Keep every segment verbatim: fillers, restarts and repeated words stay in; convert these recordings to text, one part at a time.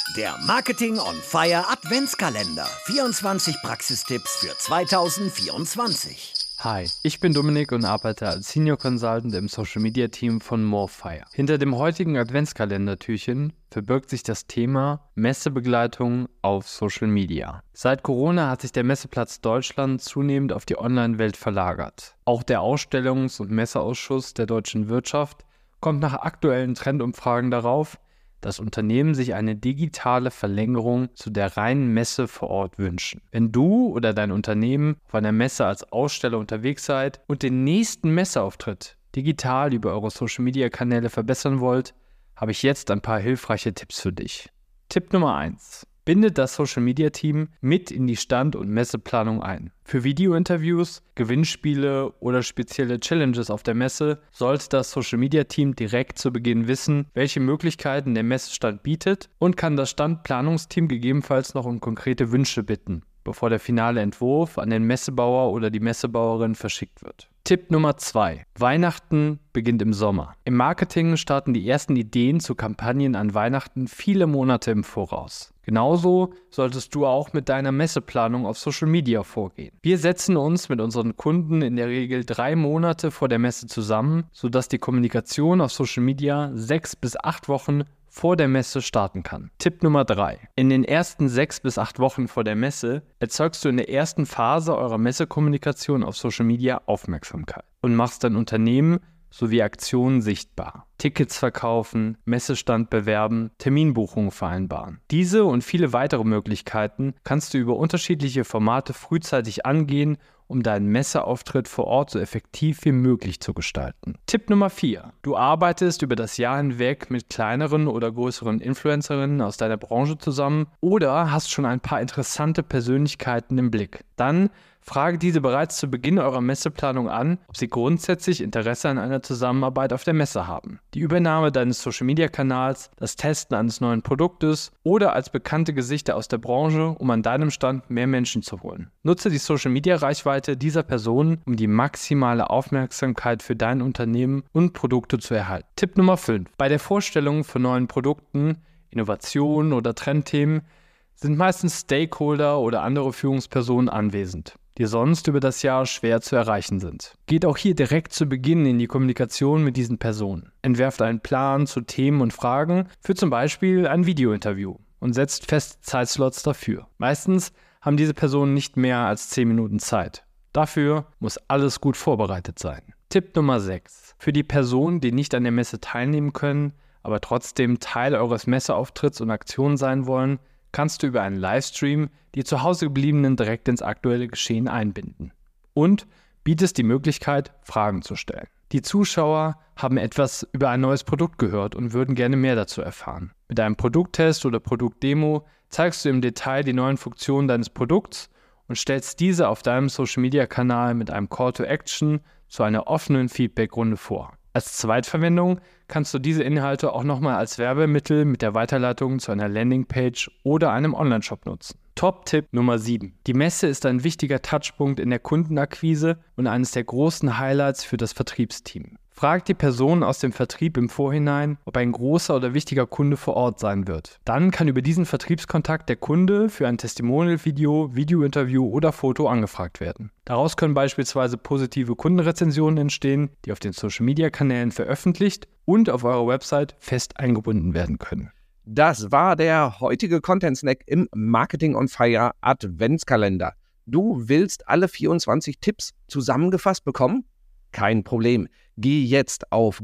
Der Marketing on Fire Adventskalender. vierundzwanzig Praxistipps für zweitausendvierundzwanzig. Hi, ich bin Dominik und arbeite als Senior Consultant im Social Media Team von Morefire. Hinter dem heutigen Adventskalendertürchen verbirgt sich das Thema Messebegleitung auf Social Media. Seit Corona hat sich der Messeplatz Deutschland zunehmend auf die Online-Welt verlagert. Auch der Ausstellungs- und Messeausschuss der deutschen Wirtschaft kommt nach aktuellen Trendumfragen darauf, dass Unternehmen sich eine digitale Verlängerung zu der reinen Messe vor Ort wünschen. Wenn du oder dein Unternehmen auf einer Messe als Aussteller unterwegs seid und den nächsten Messeauftritt digital über eure Social-Media-Kanäle verbessern wollt, habe ich jetzt ein paar hilfreiche Tipps für dich. Tipp Nummer eins. Bindet das Social-Media-Team mit in die Stand- und Messeplanung ein. Für Videointerviews, Gewinnspiele oder spezielle Challenges auf der Messe sollte das Social-Media-Team direkt zu Beginn wissen, welche Möglichkeiten der Messestand bietet und kann das Standplanungsteam gegebenenfalls noch um konkrete Wünsche bitten, bevor der finale Entwurf an den Messebauer oder die Messebauerin verschickt wird. Tipp Nummer zwei. Weihnachten beginnt im Sommer. Im Marketing starten die ersten Ideen zu Kampagnen an Weihnachten viele Monate im Voraus. Genauso solltest du auch mit deiner Messeplanung auf Social Media vorgehen. Wir setzen uns mit unseren Kunden in der Regel drei Monate vor der Messe zusammen, sodass die Kommunikation auf Social Media sechs bis acht Wochen vor der Messe starten kann. Tipp Nummer drei. In den ersten sechs bis acht Wochen vor der Messe erzeugst du in der ersten Phase eurer Messekommunikation auf Social Media Aufmerksamkeit und machst dein Unternehmen sowie Aktionen sichtbar. Tickets verkaufen, Messestand bewerben, Terminbuchungen vereinbaren. Diese und viele weitere Möglichkeiten kannst du über unterschiedliche Formate frühzeitig angehen, um deinen Messeauftritt vor Ort so effektiv wie möglich zu gestalten. Tipp Nummer vier. Du arbeitest über das Jahr hinweg mit kleineren oder größeren Influencerinnen aus deiner Branche zusammen oder hast schon ein paar interessante Persönlichkeiten im Blick. Dann frage diese bereits zu Beginn eurer Messeplanung an, ob sie grundsätzlich Interesse an einer Zusammenarbeit auf der Messe haben. Die Übernahme deines Social-Media-Kanals, das Testen eines neuen Produktes oder als bekannte Gesichter aus der Branche, um an deinem Stand mehr Menschen zu holen. Nutze die Social-Media-Reichweite dieser Personen, um die maximale Aufmerksamkeit für dein Unternehmen und Produkte zu erhalten. Tipp Nummer fünf. Bei der Vorstellung von neuen Produkten, Innovationen oder Trendthemen sind meistens Stakeholder oder andere Führungspersonen anwesend, die sonst über das Jahr schwer zu erreichen sind. Geht auch hier direkt zu Beginn in die Kommunikation mit diesen Personen. Entwerft einen Plan zu Themen und Fragen für zum Beispiel ein Videointerview und setzt feste Zeitslots dafür. Meistens haben diese Personen nicht mehr als zehn Minuten Zeit. Dafür muss alles gut vorbereitet sein. Tipp Nummer sechs. Für die Personen, die nicht an der Messe teilnehmen können, aber trotzdem Teil eures Messeauftritts und Aktionen sein wollen, kannst du über einen Livestream die zu Hause gebliebenen direkt ins aktuelle Geschehen einbinden. Und bietest die Möglichkeit, Fragen zu stellen. Die Zuschauer haben etwas über ein neues Produkt gehört und würden gerne mehr dazu erfahren. Mit einem Produkttest oder Produktdemo zeigst du im Detail die neuen Funktionen deines Produkts und stellst diese auf deinem Social-Media-Kanal mit einem Call to Action zu einer offenen Feedback-Runde vor. Als Zweitverwendung kannst du diese Inhalte auch nochmal als Werbemittel mit der Weiterleitung zu einer Landingpage oder einem Onlineshop nutzen. Top-Tipp Nummer sieben. Die Messe ist ein wichtiger Touchpunkt in der Kundenakquise und eines der großen Highlights für das Vertriebsteam. Frag die Person aus dem Vertrieb im Vorhinein, ob ein großer oder wichtiger Kunde vor Ort sein wird. Dann kann über diesen Vertriebskontakt der Kunde für ein Testimonial-Video, Videointerview oder Foto angefragt werden. Daraus können beispielsweise positive Kundenrezensionen entstehen, die auf den Social-Media-Kanälen veröffentlicht und auf eurer Website fest eingebunden werden können. Das war der heutige Content-Snack im Marketing on Fire Adventskalender. Du willst alle vierundzwanzig Tipps zusammengefasst bekommen? Kein Problem. Geh jetzt auf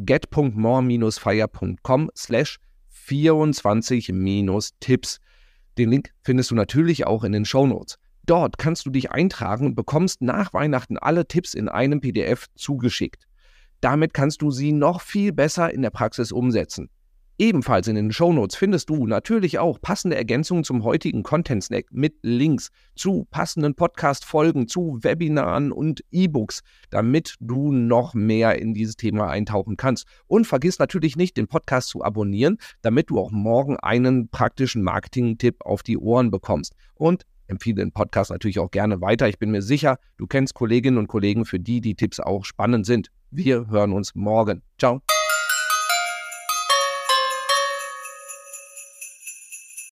get.more-fire.com slash 24-Tipps. Den Link findest du natürlich auch in den Shownotes. Dort kannst du dich eintragen und bekommst nach Weihnachten alle Tipps in einem P D F zugeschickt. Damit kannst du sie noch viel besser in der Praxis umsetzen. Ebenfalls in den Shownotes findest du natürlich auch passende Ergänzungen zum heutigen Content-Snack mit Links zu passenden Podcast-Folgen, zu Webinaren und E-Books, damit du noch mehr in dieses Thema eintauchen kannst. Und vergiss natürlich nicht, den Podcast zu abonnieren, damit du auch morgen einen praktischen Marketing-Tipp auf die Ohren bekommst. Und empfehle den Podcast natürlich auch gerne weiter. Ich bin mir sicher, du kennst Kolleginnen und Kollegen, für die die Tipps auch spannend sind. Wir hören uns morgen. Ciao.